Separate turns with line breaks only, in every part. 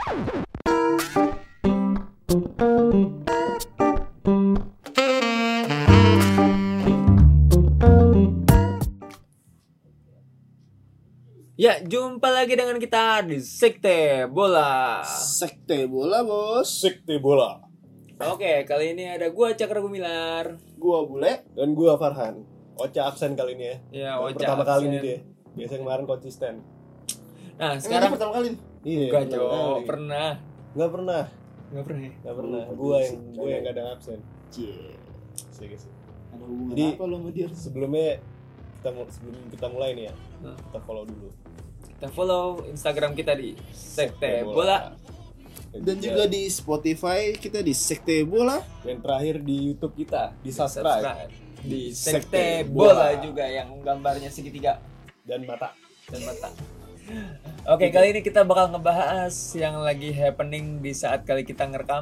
Ya, jumpa lagi dengan kita di Sekte Bola.
Sekte bola, bos.
Sekte bola.
Oke, kali ini ada gua Cakra Gumilar.
Gua bule.
Dan gua Farhan. Ocha absen kali ini ya.
Ya,
Baru
Ocha
pertama kali
absen.
ini dia. Biasanya kemarin konsisten.
Nah,
Sekarang
sekarang
pertama kali nih.
Iya.
enggak,
pertama
Cok.
kali.
Pernah.
Nggak pernah.
Enggak pernah ya?
Nggak pernah.
Oh,
Gua
sih.
yang nggak ada absen.
Cie.
Sih.
Ada hubungan
Jadi,
apa lo sama dia?
Sebelum kita mulai nih ya.
Hmm.
Kita follow dulu.
Kita follow Instagram kita di Sekte Bola.
Dan juga di Spotify kita di Sekte Bola.
Dan terakhir di YouTube kita di subscribe
Di
Sekte
Sekte Bola
Bola.
juga yang gambarnya segitiga
dan mata.
dan mata. Oke, kali ini kita bakal ngebahas yang lagi happening di saat kali kita ngerekam.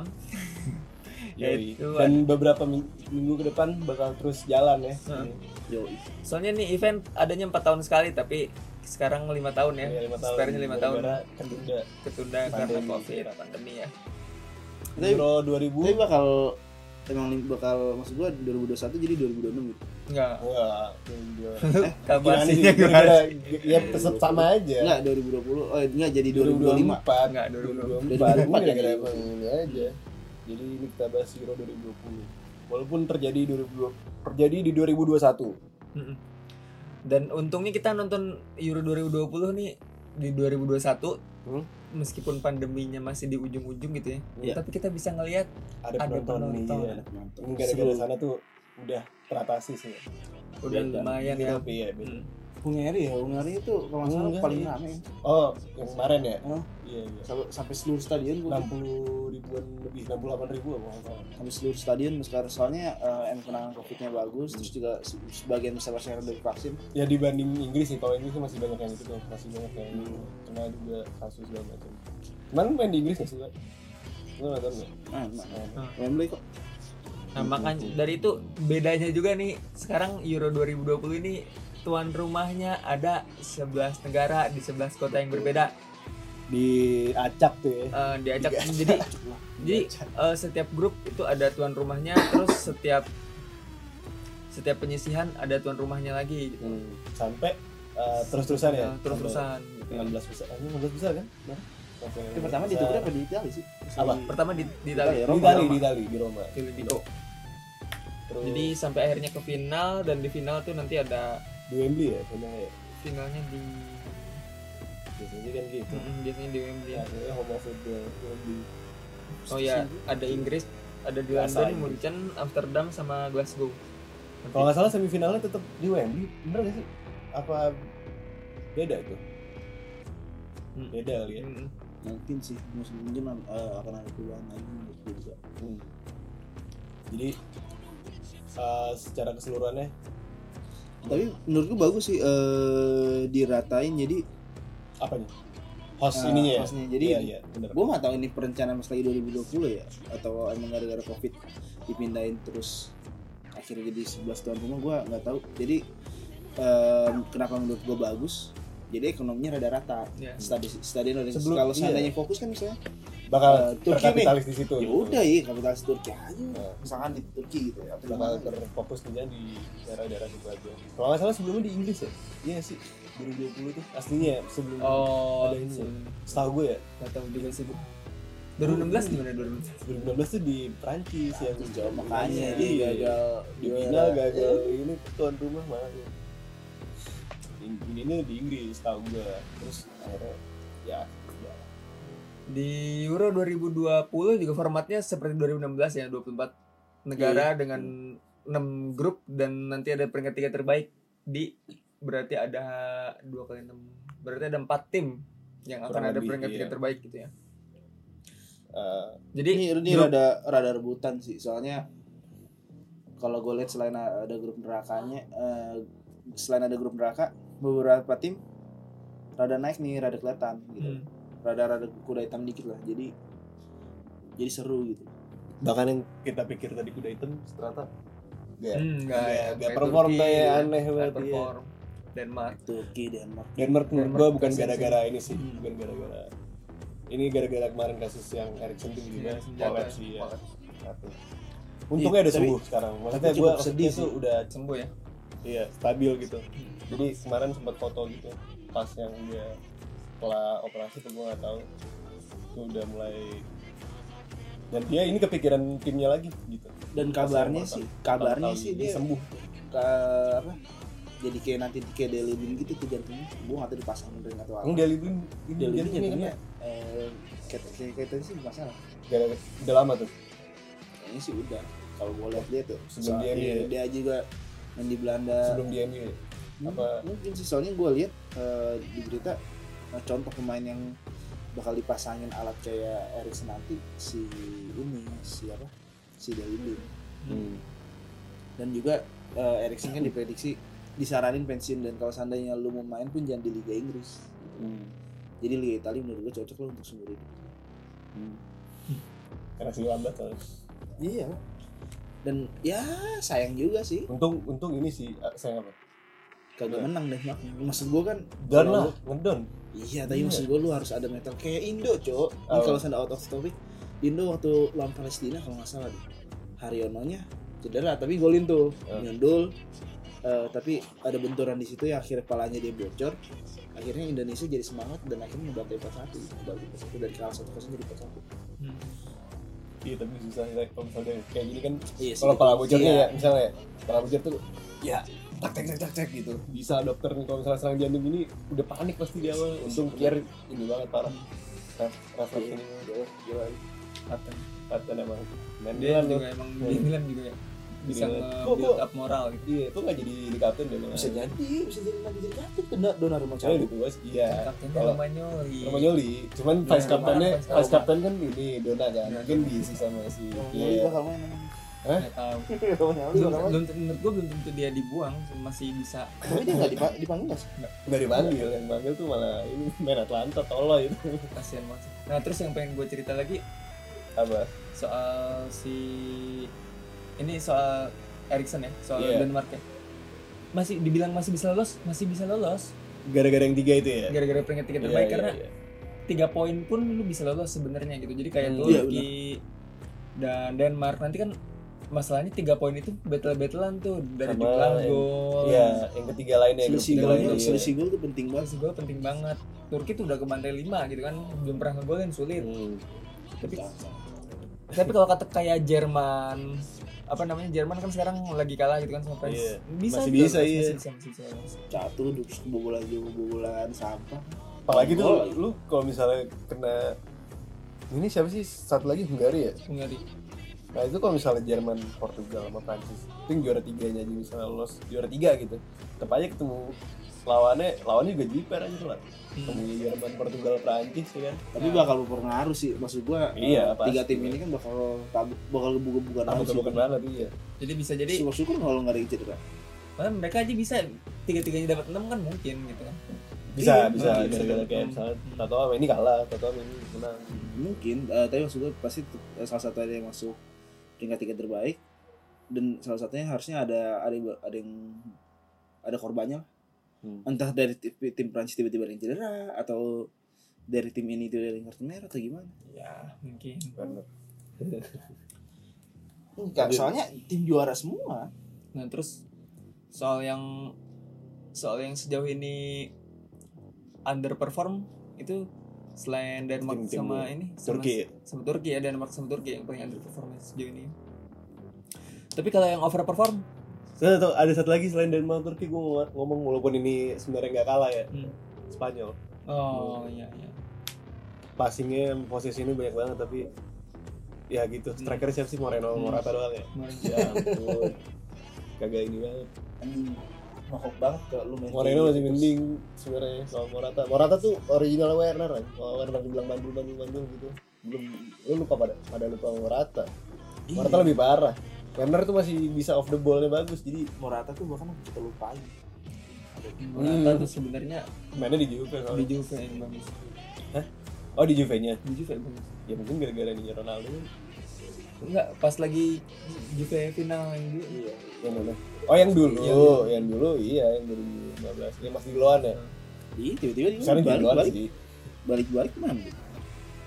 Yoi.
Yaitu
Dan beberapa minggu ke depan bakal terus jalan ya.
Hmm.
Yoi.
Soalnya nih event adanya 4 tahun sekali, tapi sekarang 5 tahun ya.
Iya, 5 tahun.
Spare-nya 5 tahun.
Gara-gara ketunda.
Ketunda karena
Pandemi.
Covid, pandemi ya.
Euro 2000.
Tapi bakal maksud gua 2021 jadi 2026 gitu.
Enggak.
Wah,
Kalkulasinya
gimana?
gimana?
Ya tetap sama aja.
Enggak 2020. Oh, enggak jadi 2025.
2024.
Enggak,
2024.
2024
Ini
ya.
emang ini aja. Jadi ini kita bahas Euro 2020. Walaupun terjadi di 2021.
Mm-mm. Dan untungnya kita nonton Euro 2020 nih di 2021. Meskipun pandeminya masih di ujung-ujung gitu ya.
Iya.
Tapi kita bisa ngelihat
Ada penonton nih.
penonton.
Iya. Ini gara-gara sana tuh udah teratasi sih.
udah
Beda.
lumayan ya.
Tapi ya beda.
Hmm.
Hungary itu kalau nggak salah
Enggak,
paling
iya.
rame.
Oh, yang kemarin ya?
Oh,
Iya, iya.
sampai seluruh stadion gua
60 ribuan lebih, 68 ribu apa nggak salah.
sampai seluruh stadion sekarang soalnya yang penanganan Covid-nya bagus, terus juga sebagian besar masyarakat udah divaksin.
Ya dibanding Inggris sih, kalau Inggris kan masih banyak yang itu tuh, masih banyak yang kena juga kasus segala macam. Kemarin main di Inggris nggak sih, Pak? Lu nonton nggak?
Wembley kok.
Nah, makanya dari itu bedanya juga nih sekarang Euro 2020 ini tuan rumahnya ada 11 negara di 11 kota yang berbeda.
Diacak tuh ya.
Diajak jadi setiap grup itu ada tuan rumahnya, terus setiap penyisihan ada tuan rumahnya lagi gitu.
Sampai terus-terusan ya.
Terus-terusan gitu.
16 besar. 16 besar kan? Nah,
Itu pertama di Turki apa di Italia sih?
Apa?
Pertama di Italia.
Italia,
Di
Roma.
Itali, di Roma.
Di Lido.
Terus
Jadi sampai akhirnya ke final, dan di final tuh nanti ada
di Wembley ya, sebenarnya ya.
finalnya di
Biasanya kan gitu.
biasanya di Wembley.
Ya, akhirnya home football Wembley.
Oh ya, ada Inggris, ada di
Biasa
London,
Inggris.
Munchen, Amsterdam sama Glasgow.
Kalau nggak salah semifinalnya tetap di Wembley, bener nggak sih? Apa beda itu?
Hmm.
Beda kali ya.
Mm-mm.
Mungkin sih, mungkin akan ada peluang lagi menurut gue juga.
Jadi secara keseluruhannya
Tapi menurut gue bagus sih diratain jadi
apanya? Host ininya ya.
hostnya. Jadi
iya, bener.
gue nggak tahu ini perencanaan pas lagi 2020 ya atau emang gara-gara Covid dipindahin terus akhirnya jadi 11 tuan rumah, gue nggak tahu. Jadi kenapa menurut gue bagus? Jadi ekonominya rada rata.
Ya.
Stadion ada.
Sebelum-
Kalau
iya.
seandainya fokus kan misalnya
Bakal
Turki
terkapitalis di situ.
ya udah ya kapitalis Turki aja.
Nah.
Misalkan di Turki gitu ya. Atau di
Bakal
mana.
terfokusnya di daerah-daerah situ aja. Kalau nggak salah sebelumnya di Inggris ya. Iya sih. 2020 tuh aslinya sebelum
Oh,
ada ini. Setahu gue ya.
nggak tahu juga sih, Bu. 2016 gimana 2016?
2016 tuh di Prancis yang
Jauh makanya
Iya.
dia gagal
di
juara.
final gagal ini tuan rumah malah ini di Inggris tahu gue, terus akhirnya ya
Di Euro 2020 juga formatnya seperti 2016 ya, 24 negara dengan 6 grup, dan nanti ada peringkat 3 terbaik berarti ada 2 kali 6. Berarti ada 4 tim yang akan
Kurang
ada
lebih,
peringkat 3
iya.
terbaik gitu ya.
eh,
Jadi
Ini
grup-
rada rebutan sih, soalnya kalau gue lihat selain ada grup nerakanya, selain ada grup neraka, beberapa tim rada naik nih, rada kelihatan gitu, rada kuda hitam dikit lah, jadi seru gitu.
bahkan yang kita pikir tadi kuda hitam ternyata
Nggak
nggak perform
Turki,
kayak aneh
nggak
banget ya.
perform. Denmark.
Turki, Denmark.
Denmark menurut gue bukan
Denmark
gara-gara ini sih, bukan gara-gara ini gara-gara kemarin kasus yang Erikson tuh juga
senjata.
collab sih ya.
Collab.
Satu. Untungnya udah
Tapi-
sembuh sekarang. Maksudnya
tapi
gue
cukup sedih sih.
udah
Sembuh ya.
iya stabil gitu. Jadi kemarin sempat foto gitu pas yang dia setelah operasi tuh gue nggak tahu itu udah mulai dan dia ini kepikiran timnya lagi gitu.
Dan kabarnya sih dia
sembuh.
apa? Jadi kayak nanti kayak Delibin gitu tuh jantungnya. Gua enggak tahu dipasang ring atau apa.
Enggak Delibin
Delibin
jantungnya
jantungnya kayak tadi sih masalah.
gara-gara udah lama tuh.
Ini sih udah. Kalau gua lihat dia tuh
Sebelum dia
soalnya
ini-
dia juga main di Belanda.
Sebelum dia ini apa
Mungkin sih soalnya gua lihat di berita contoh pemain yang bakal dipasangin alat kayak Erikson nanti si siapa? Si Delibin. Dan juga Erikson kan diprediksi disaranin pensiun dan kalau seandainya lu mau main pun jangan di Liga Inggris. Jadi Liga Italia menurut gue cocok lo untuk seumur hidup.
karena sih lambat soalnya.
Iya. Dan ya sayang juga sih
Untung ini sih saya apa?
kagak menang deh maksud gue kan
Down
kalau
lah,
lu-
ngedown.
Iya tapi maksud gue lu harus ada mental kayak Indo cok. Ini
Oh.
kalau sana out of topic Indo waktu lawan Palestina kalau nggak salah deh Haryononya cedera tapi golin tuh nyundul tapi ada benturan di situ yang akhirnya kepalanya dia bocor. Akhirnya Indonesia jadi semangat dan akhirnya membantai 4-1 dari kalah 1-0 jadi 4-1.
Iya tapi susah ya kalau misalnya kayak gini kan
Iya sih,
kalau pala
gitu.
bocornya
Iya.
ya misalnya ya pala bocor tuh ya tak gitu bisa dokter nih kalau misalnya serang jantung ini udah panik pasti di awal. Untung Kier ini banget parah refleks ini gila Paten emang dan
Dia
Milan
juga emang di Milan juga ya. Bisa
Milan.
nge-build up moral gitu.
iya itu nggak jadi di kapten deh
Bisa jadi lagi jadi kapten kena Donnarumma
soalnya
cabut.
di bawah iya
Kaptennya
kalau
Romagnoli.
Romagnoli cuman vice kaptennya
vice
vice kapten kan ini Dona kan mungkin diisi sama si
Romagnoli bakal main emang.
Nggak tahu.
Romagnoli bakal main.
Menurut gue belum tentu dia dibuang, masih bisa.
Tapi dia nggak dipanggil nggak sih?
nggak dipanggil yang panggil tuh malah ini main Atlanta tolol itu
Kasian banget. Nah terus yang pengen gue cerita lagi
apa
soal soal Erikson ya, soal
Iya.
Denmark ya. Masih dibilang masih bisa lolos
gara-gara yang 3 itu ya
gara-gara peringkat 3 terbaik karena 3 poin pun lu bisa lolos sebenarnya gitu. Jadi kayak
Hmm.
Turki dan Denmark nanti kan masalahnya 3 poin itu battle-battlean tuh dari
Sama
jumlah
yang-
gol.
iya yang ketiga lainnya grup
Selisih
tiga
gol
lainnya iya.
selisih gol tuh penting banget.
Selisih gol penting banget. Turki tuh udah ke bantai 5 gitu kan, belum pernah ngegolin, sulit. Tapi kalau kata kayak Jerman, apa namanya, Jerman kan sekarang lagi kalah gitu kan sama Prancis.
Iya.
Bisa
Masih
tuh,
bisa, iya.
masih bisa.
Catur terus kebobolan sampah.
apalagi tuh
Gol.
lu kalau misalnya kena ini siapa sih satu lagi Hungaria ya
Hungari.
nah itu kalau misalnya Jerman Portugal sama Prancis itu yang juara 3-nya aja misalnya lolos juara 3 gitu tetap aja ketemu lawannya juga jiper aja tuh lah ketemu Jerman Portugal Prancis ya kan
Tapi bakal berpengaruh sih maksud gua.
Iya,
Tiga
pasti.
tim ini kan bakal gebu-gebukan
bukan banget iya
Jadi bisa jadi
Syukur kalau nggak ada yang cedera.
malah mereka aja bisa tiga-tiganya dapat 6 kan mungkin gitu kan.
bisa
Iya,
gara-gara kayak misalnya Tato sama ini kalah Tato sama ini menang
Mungkin, tapi maksud gue pasti salah satu ada yang masuk peringkat 3 terbaik dan salah satunya harusnya ada yang ada korbannya lah. Entah dari tim Prancis tiba-tiba ada yang cedera atau dari tim ini tiba-tiba ada yang kartu merah atau gimana.
Ya, mungkin.
bener
Enggak, soalnya tim juara semua.
Nah, terus soal yang sejauh ini underperform itu selain Denmark
Tim-tim
sama
ya.
ini sama
Turki ya?
sama Turki ya, Denmark sama Turki yang paling underperform sejauh ini. Tapi kalau yang overperform
ada satu lagi selain Denmark Turki gue ngomong walaupun ini sebenarnya nggak kalah ya Spanyol
iya
passingnya posisi ini banyak banget tapi ya gitu striker siapa sih Morata doang ya ya ampun kagak ini banget
Nohok banget kalau lu main
Moreno
kayak
masih
gitu.
mending sebenarnya sama Morata tuh original Werner kan kalau Werner dibilang bandul gitu belum lu lupa pada lupa Morata lebih parah Werner tuh masih bisa off the ball-nya bagus jadi
Morata tuh bahkan kita lupain.
Morata tuh sebenarnya
mainnya di Juve soalnya.
di Juve yang bagus.
Oh di Juve-nya
Di Juve bagus.
ya mungkin gara-gara ini Ronaldo kan
Enggak, pas lagi Juve final yang dulu.
Iya.
yang mana oh yang dulu
Iya.
yang dulu iya yang 2015 yang masih duluan ya
Ih, tiba-tiba dia
sekarang
balik
duluan
balik
sih
balik mana?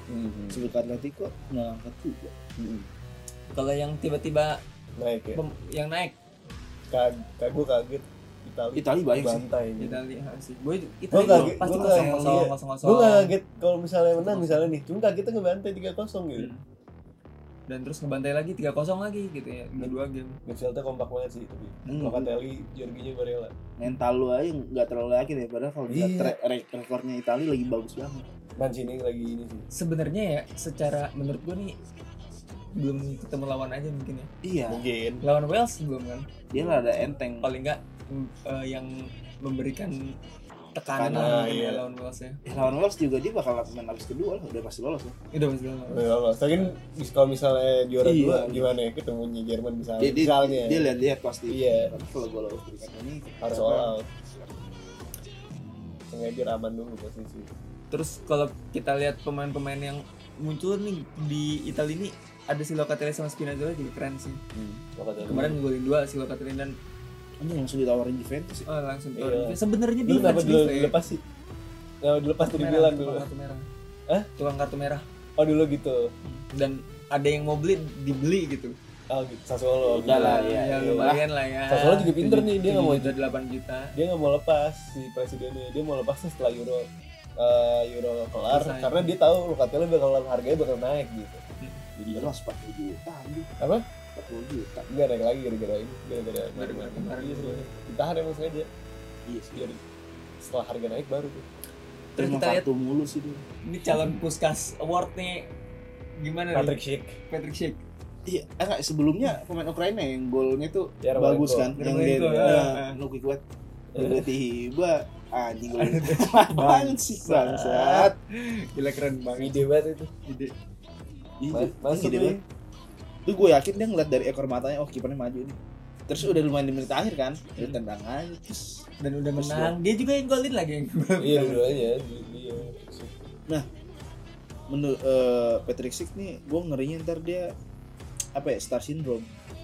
Sebelum Atletico nggak angkat juga.
Kalau yang tiba-tiba
Naik ya.
yang naik
Gue kaget
Itali banyak sih.
bantai ini.
Italia sih. Boy
Gue
Italia
kaget,
pasti
gue kaget,
0-0
gue kaget kalau misalnya menang misalnya nih, cuma kagetnya ngebantai 3-0 gitu.
Dan terus ngebantai lagi 3-0 lagi gitu ya. Dua game.
Midfieldnya kompak banget sih tapi. Locatelli, Jorginho, Barella.
Mental lu aja nggak terlalu yakin ya, padahal kalau lihat rekornya Itali lagi bagus banget.
Mancini lagi ini sih.
Sebenarnya ya secara menurut gue nih belum ketemu lawan aja mungkin ya.
Iya.
Mungkin.
Lawan Wales belum kan?
Dia lah ada enteng.
Paling enggak yang memberikan tekanan
Tekanan,
lah mungkin
iya.
ya lawan Wales ya.
Lawan Wales juga dia bakal main habis kedua lah, udah pasti lolos ya.
Udah pasti lolos.
Tapi kan kalau misalnya juara
Iya.
2 gimana ya ketemunya Jerman misalnya.
Dia lihat pasti.
Iya.
Tapi kalau gue lolos peringkat ini
Harus all out. Sengaja aman dulu posisi.
Terus kalau kita lihat pemain-pemain yang muncul nih di Italia ini ada si Locatelli sama Spinazzola juga keren sih. Kemarin ngegolin 2 si Locatelli dan
ini langsung ditawarin Juventus.
langsung
Iya.
sebenarnya
Dulu
dia
kenapa dilepas sih? Kenapa dilepas dari Milan dulu?
Kartu merah.
Hah?
Tukang kartu merah.
Oh dulu gitu.
Dan ada yang mau beli dibeli gitu.
Oh gitu. Sassuolo.
Udah lah,
gitu.
iya.
Ya lumayan lah ya.
Sassuolo juga pinter nih, dia nggak mau
8 juta.
Dia nggak mau lepas si presidennya. Dia mau lepasnya setelah Euro kelar
Selesai.
karena dia tahu Locatelli bakalan harganya bakal naik gitu. Jadi
Dia lolos 40 juta anjing.
apa?
40 juta.
Enggak naik lagi gara-gara ini, gara-gara
Gara-gara kemarin.
Iya sih. Ditahan emang sengaja.
Iya sih.
Biar setelah harga naik baru tuh.
Terus
Terima
kita lihat
kartu mulu sih dia.
ini calon Puskas Award nih gimana
Patrick
nih?
Schick.
Patrick Schick.
Iya, enggak sebelumnya pemain Ukraina yang golnya tuh
Yarmolenko.
bagus kan, yang dia
Yarmolenko,
Luki kuat. Tiba-tiba anjing gol. Banget sih bangsat.
Gila keren banget.
Ide banget itu.
Ide.
Masuk
ide
nih.
banget. Tuh gue yakin dia ngeliat dari ekor matanya, oh kipernya maju nih. Terus udah lumayan di menit akhir kan, udah tendang aja terus.
Dan udah menang. Dia juga yang golin lagi yang gol.
Iya dua-duanya dia.
Nah, menurut Patrick Schick nih, gue ngerinya ntar dia apa ya, star syndrome.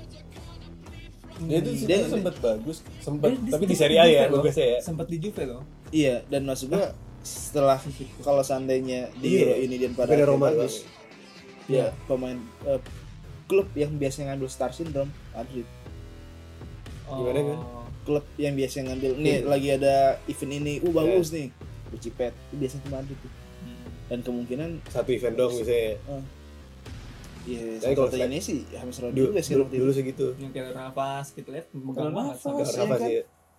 Dia tuh
Dia-
sempat bagus, sempat
Dia
tapi di
sempat
Serie A ya,
Juve loh.
bagusnya ya.
Sempat di Juve loh.
Iya, dan maksud gue setelah kalau seandainya di
Iya.
Euro ini dan pada
Tapi ada
akhirnya
Roma
bagus,
juga.
ya pemain klub yang biasanya ngambil star syndrome Madrid.
Gimana, kan?
Klub yang biasanya ngambil nih lagi ada event ini, bagus nih, Cipet itu biasanya ke Madrid tuh. Dan kemungkinan
Satu event dong misalnya.
ya
Tapi kalau
satu ini sih James
Dulu,
Rodriguez sih
dulu segitu.
Yang kayak Navas kita lihat
Kalau
megang banget.
Navas,
Gak
iya
apa
kan?
sih.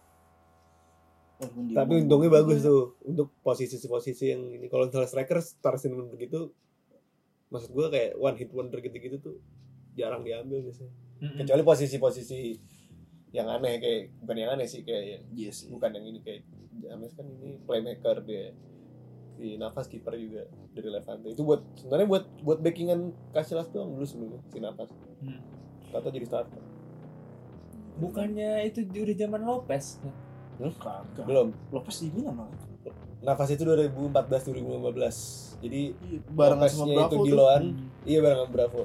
Walaupun dia
Tapi
mau-
untungnya bagus tuh untuk posisi-posisi yang ini. Kalau misalnya striker star syndrome begitu, maksud gue kayak one hit wonder gitu-gitu tuh jarang diambil biasanya. Kecuali posisi-posisi yang aneh, kayak bukan yang aneh sih, kayak
Iya sih.
bukan yang ini, kayak James kan ini playmaker dia. Si Navas kiper juga dari Levante. Itu buat sebenarnya buat backingan Casillas doang dulu sebelumnya si Navas. Kata jadi starter.
Bukannya itu udah zaman Lopez.
Kagak.
Belum.
Lopez di Milan malah.
Navas itu 2014 2015. Jadi
Barengan sama
Lopeznya
Bravo
itu
tuh.
Giloan. Iya bareng sama Bravo.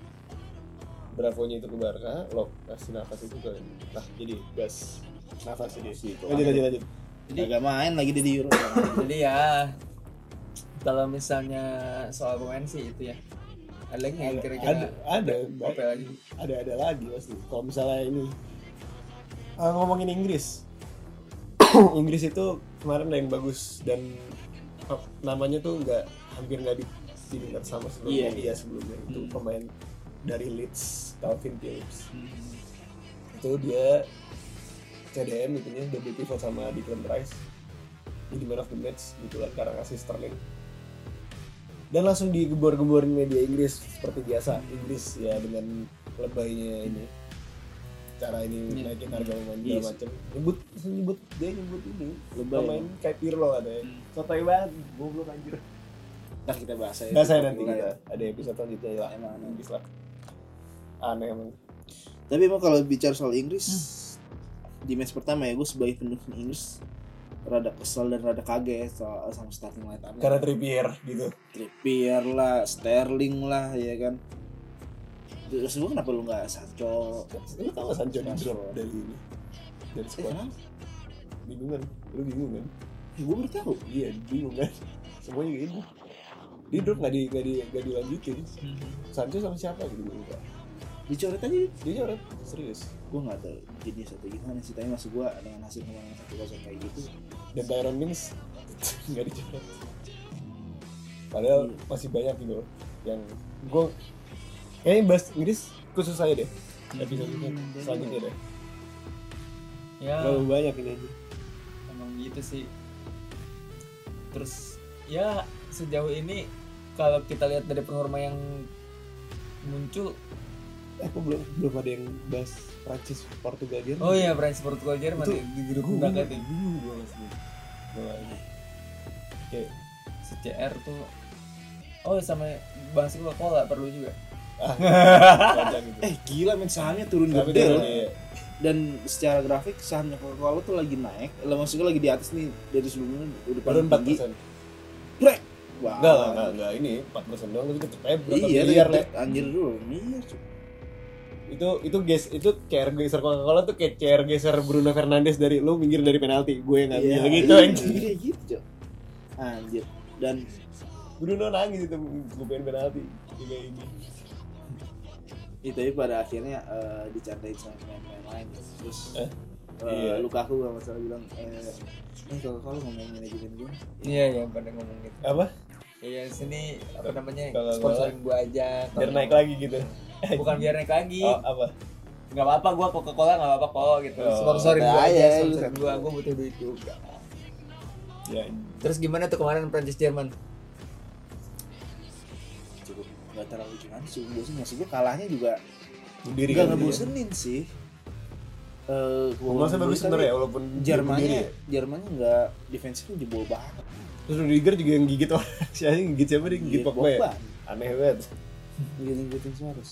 Bravonya itu ke Barca, si Navas itu ke. Nah, jadi gas Navas ini. Lanjut.
Jadi agak main lagi dia di Euro.
Jadi ya kalau misalnya soal pemain sih itu ya. Ada lagi yang kira-kira
ada
apa lagi?
ada lagi pasti. Kalau misalnya ini ngomongin Inggris. Inggris itu kemarin ada yang bagus dan namanya tuh hampir nggak didengar sama sebelumnya. Dia sebelumnya itu pemain dari Leeds, Calvin Phillips. Itu dia CDM itunya double pivot sama Declan Rice. Jadi man of the match gitu lah karena kasih Sterling. Dan langsung digebor-geborin media Inggris seperti biasa. Inggris ya dengan lebaynya ini cara ini naikin harga pemain segala macam. Nyebut ini
Lebay.
pemain kayak Pirlo ada ya. Sotoy banget, goblok anjir.
Nah kita bahas aja.
Bahas aja nanti kita ada episode selanjutnya lah.
Emang aneh.
Inggris lah. Aneh emang.
Tapi emang kalau bicara soal Inggris di match pertama ya gue sebagai pendukung Inggris rada kesel dan rada kaget sama starting line up.
Karena Trippier gitu.
Trippier lah, Sterling lah, ya kan. Terus gue kenapa lu nggak Sancho?
Lu tau gak Sancho di drop dari ini? Dari squad.
Kenapa?
Bingung kan? Lu bingung kan?
Gue baru tahu.
Iya bingung kan? Semuanya gitu. Di drop nggak dilanjutin. Sancho sama siapa gitu gue lupa.
Dicoret aja.
Dia coret serius.
Gue nggak tahu jenis atau gimana sih, tapi maksud gue dengan hasil kemenangan 1-0 kayak gitu.
Dan Tyron Mings nggak dicoret. Padahal masih banyak gitu yang gue kayaknya bahas Inggris khusus saya deh episode selanjutnya deh.
Ya
Terlalu banyak ini aja.
emang gitu sih. Terus ya sejauh ini kalau kita lihat dari performa yang muncul,
Kok belum ada yang bahas Prancis Portugal Jerman.
oh iya Prancis Portugal Jerman
Itu
di grup
gue
belakang itu.
bingung gue masih. Kayak
CR tuh, oh sama bahas Coca-Cola perlu juga.
panjang gitu.
Gila men, sahamnya turun
Tapi
gede
dia-
loh.
iya.
Dan secara grafik sahamnya Coca-Cola tuh lagi naik. Lah maksudnya lagi di atas nih, dari sebelumnya udah
Turun
paling tinggi.
4%.
Brek. Wah.
Enggak ini 4% doang tapi tetep aja berapa
Iya,
miliar
tapi
lah.
anjir dulu. Iya, Cuk.
Itu guys, itu CR geser Coca-Cola tuh kayak CR geser Bruno Fernandes dari lu minggir dari penalti, gue yang ngambil gitu anjing.
Iya gitu, Cuk. Anjir. Dan
Bruno nangis itu gue pengen penalti kayak ini.
tapi pada akhirnya dicandain sama pemain-pemain lain. Terus
Iya.
Lukaku gak masalah bilang Coca-Cola ngomongin manajemen gue.
Iya pada ngomong gitu.
Apa?
Ya sini apa namanya
Kalau
sponsorin gua aja.
Biar naik lagi gitu.
Bukan biar naik lagi.
Oh, apa?
Nggak apa-apa gua Coca-Cola nggak apa-apa kok gitu.
Oh,
Sponsorin gua
ada
aja,
aja,
sponsorin
gitu.
gua butuh duit juga.
Ya.
Terus gimana tuh kemarin Prancis Jerman?
Cukup gak terlalu gimana sih, bosen. Maksud gue kalahnya juga
Berdiri
gak
kan dia.
ngebosenin sih.
Pemainnya bagus sebenarnya ya, walaupun dia berdiri ya.
Jermannya nggak defensifnya jebol banget.
Terus Rudiger juga yang gigit orang. Siapa yang gigit siapa dia? Gigit Pogba ya? Aneh banget.
Gigitin Suarez.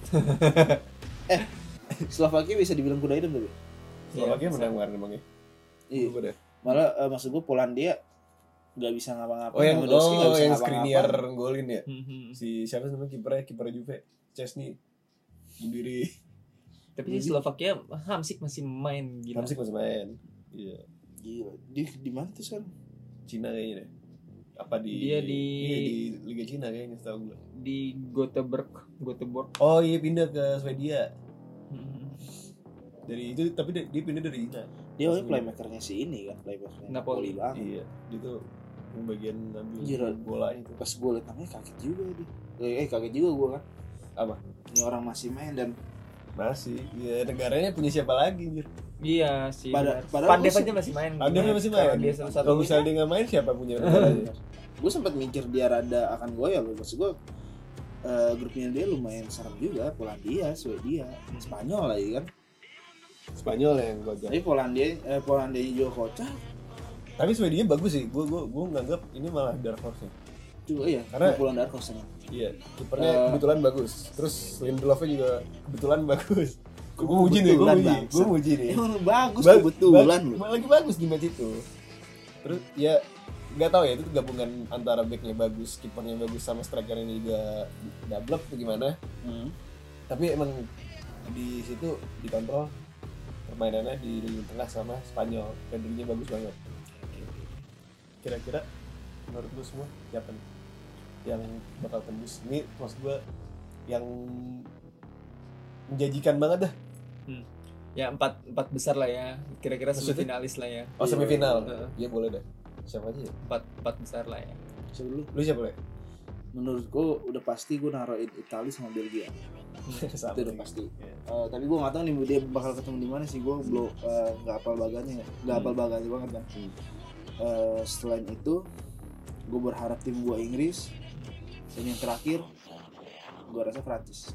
Slovakia bisa dibilang kuda hitam tapi.
Slovakia menang kemarin emangnya.
Iya.
Lupa deh.
Malah maksud gue Polandia nggak bisa ngapa-ngapain.
Oh yang
Lewandowski nggak bisa
yang
ngapa-ngapain.
Skriniar golin ya.
Hmm.
Si siapa namanya kiper Juve? Chesney. Berdiri.
Tapi si Slovakia Hamsik masih main gila.
Hamsik masih main. Iya.
Gila. Di mana tuh sekarang?
Cina kayaknya deh. Apa di
Dia di
iya, di Liga Cina kayaknya setahu gue.
di Göteborg.
Oh iya pindah ke Swedia.
Hmm.
Dari itu tapi dia pindah dari Cina.
Dia awalnya playmakernya si ini kan, playmakernya
Napoli.
banget.
Iya, dia tuh yang bagian ambil
Gila.
bolanya itu.
Pas gue liat namanya kaget juga dia. Kaget juga gue kan.
Apa?
Ini orang masih main dan
Masih. Ya negaranya punya siapa lagi anjir?
Iya sih.
Padahal
Pandev
gua
aja masih main.
Pandev
Gimana?
masih
Karena
main.
Dia salah satu.
Kalau misalnya dia nggak main siapa punya negaranya?
gue sempat mikir dia rada akan goyah loh. Maksud gue grupnya dia lumayan serem juga. Polandia, Swedia, Spanyol lagi kan.
Spanyol yang gojek.
Tapi Polandia juga kocak.
Tapi Swedia bagus sih. Gue nganggap ini malah dark horse-nya.
Juga iya.
Karena-
Kumpulan Dark Horse emang.
Iya, kipernya kebetulan bagus. Terus Lindelofnya juga kebetulan bagus. Gue muji nih,
Kebetulan,
gue
bangsa.
muji nih.
Emang bagus
Ba-
kebetulan loh.
lagi bagus di match itu. Terus ya nggak tahu ya itu gabungan antara backnya bagus, kipernya bagus sama strikernya juga double atau gimana. Tapi emang di situ dikontrol permainannya di lini tengah sama Spanyol. Pedrinya bagus banget. Kira-kira menurut lu semua siapa nih yang bakal tembus? Ini maksud gue yang menjanjikan banget dah.
Ya empat besar lah ya. Kira-kira
Maksudnya?
semifinalis lah ya.
Oh semifinal.
Heeh.
Iya boleh deh. Siapa aja ya?
Empat besar lah ya.
Sebelum
Lu siapa le?
menurut gue udah pasti gue naruhin Italia sama Belgia.
Sama
Itu udah
sih.
pasti.
Iya.
Tapi gue nggak tahu nih dia bakal ketemu di mana sih. Gue belum nggak hafal baganya, nggak hafal baganya banget kan. Selain itu, gue berharap tim gue Inggris. Dan yang terakhir, gue rasa Prancis.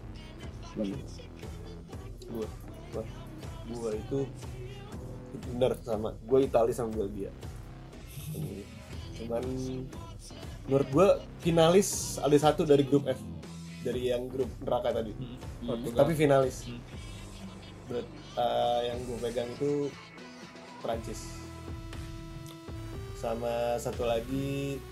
Gua itu benar sama. Gue Italia sama Belgia. Cuman menurut gue finalis ada satu dari grup F, dari yang grup neraka tadi. Tapi finalis. Yang gue pegang itu Prancis. Sama satu lagi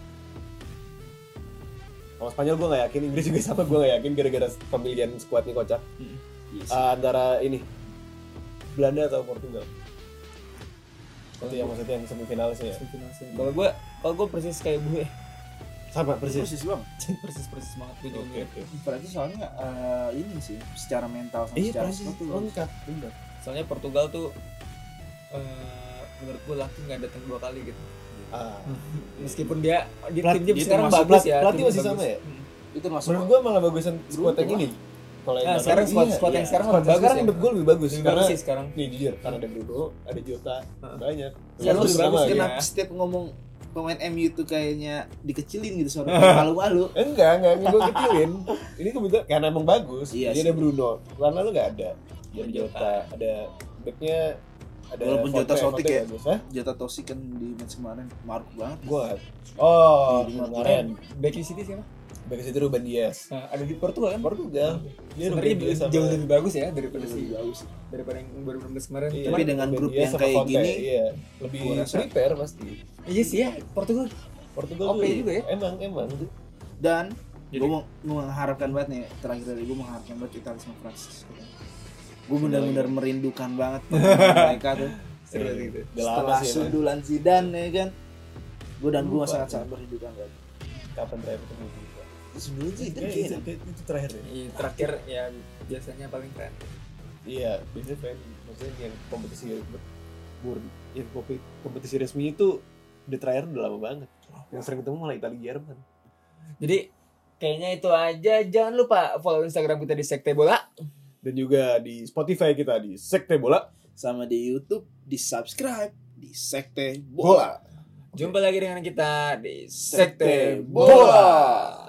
kalau Spanyol gue nggak yakin, Inggris juga sama gue nggak yakin gara-gara pemilihan skuadnya kocak. Antara ini Belanda atau Portugal. Itu yang maksudnya yang semifinalisnya ya.
Kalau gue persis kayak gue.
Sama persis.
Persis bang.
persis banget gue juga
Oke,
ngeliat.
oke.
Prancis soalnya ini sih secara mental sama
Iya,
secara
Prancis
skill tuh
lengkap, bener.
Soalnya Portugal tuh menurut gue Lucky nggak datang 2 kali gitu. Meskipun dia di
Plat-
tim dia
dia
sekarang
termasuk
bagus ya.
pelatih
timnya
masih
bagus.
sama ya?
itu masuk.
Menurut gua malah bagusan squad yang ini. Kalau
Nah,
yang
sekarang
Barcelona,
squad yang sekarang
squad
lebih bagus
sekarang
ya.
menurut gua lebih bagus
Lebih
karena
bagus sih sekarang.
nih jujur karena ada Bruno, ada Jota, banyak.
Ya,
Terus
lebih bagus
kenapa
ya.
setiap ngomong pemain MU tuh kayaknya dikecilin gitu suara malu-malu.
Enggak gue kecilin. Ini kebetulan karena emang bagus.
Iya
Dia
sih.
ada Bruno. Lalu nggak ada. Ada
Ada
Jota, ada backnya ada
Walaupun Jota
Forte
Sotik ya.
bagus, hah?
Jota Tosi kan di match kemarin maruk banget.
Gua. Oh,
Di
kemarin.
Backing City siapa?
Back situ Ruben Dias.
Nah, ada di Portugal kan?
Portugal. Dia
Sebenarnya
Ruben Dias sama
jauh lebih bagus ya daripada
Lebih
si
bagus sih.
daripada yang 2016 kemarin.
Iya,
Tapi dengan
Ruben
grup
Dias
yang
sama
kayak
Forte,
gini,
iya. Lebih
gua rasa-
prepare pasti.
Iya sih ya, Portugal.
Portugal
Oke
tuh
juga ya.
Emang.
Dan
Jadi-
gue mau mengharapkan banget nih terakhir dari gue mengharapkan banget Italia sama Prancis. Gue benar-benar merindukan banget mereka tuh.
Seru banget gitu.
Udah lama
Setelah
sih emang.
sundulan Zidane ya kan. Gue
Lupa.
sangat-sangat merindukan banget.
Kapan terakhir ketemu juga?
Sundulan Zidane
Iya,
kayaknya.
itu terakhir ya?
Iya, terakhir ya biasanya paling keren.
Iya, biasanya fan maksudnya yang kompetisi yang kompetisi resmi itu udah terakhir udah lama banget. Yang sering ketemu malah Italia Jerman.
Jadi kayaknya itu aja. Jangan lupa follow Instagram kita di Sekte Bola.
Dan juga di Spotify kita di Sekte Bola.
Sama di YouTube di subscribe di Sekte Bola.
Jumpa lagi dengan kita di
Sekte
Sekte Bola.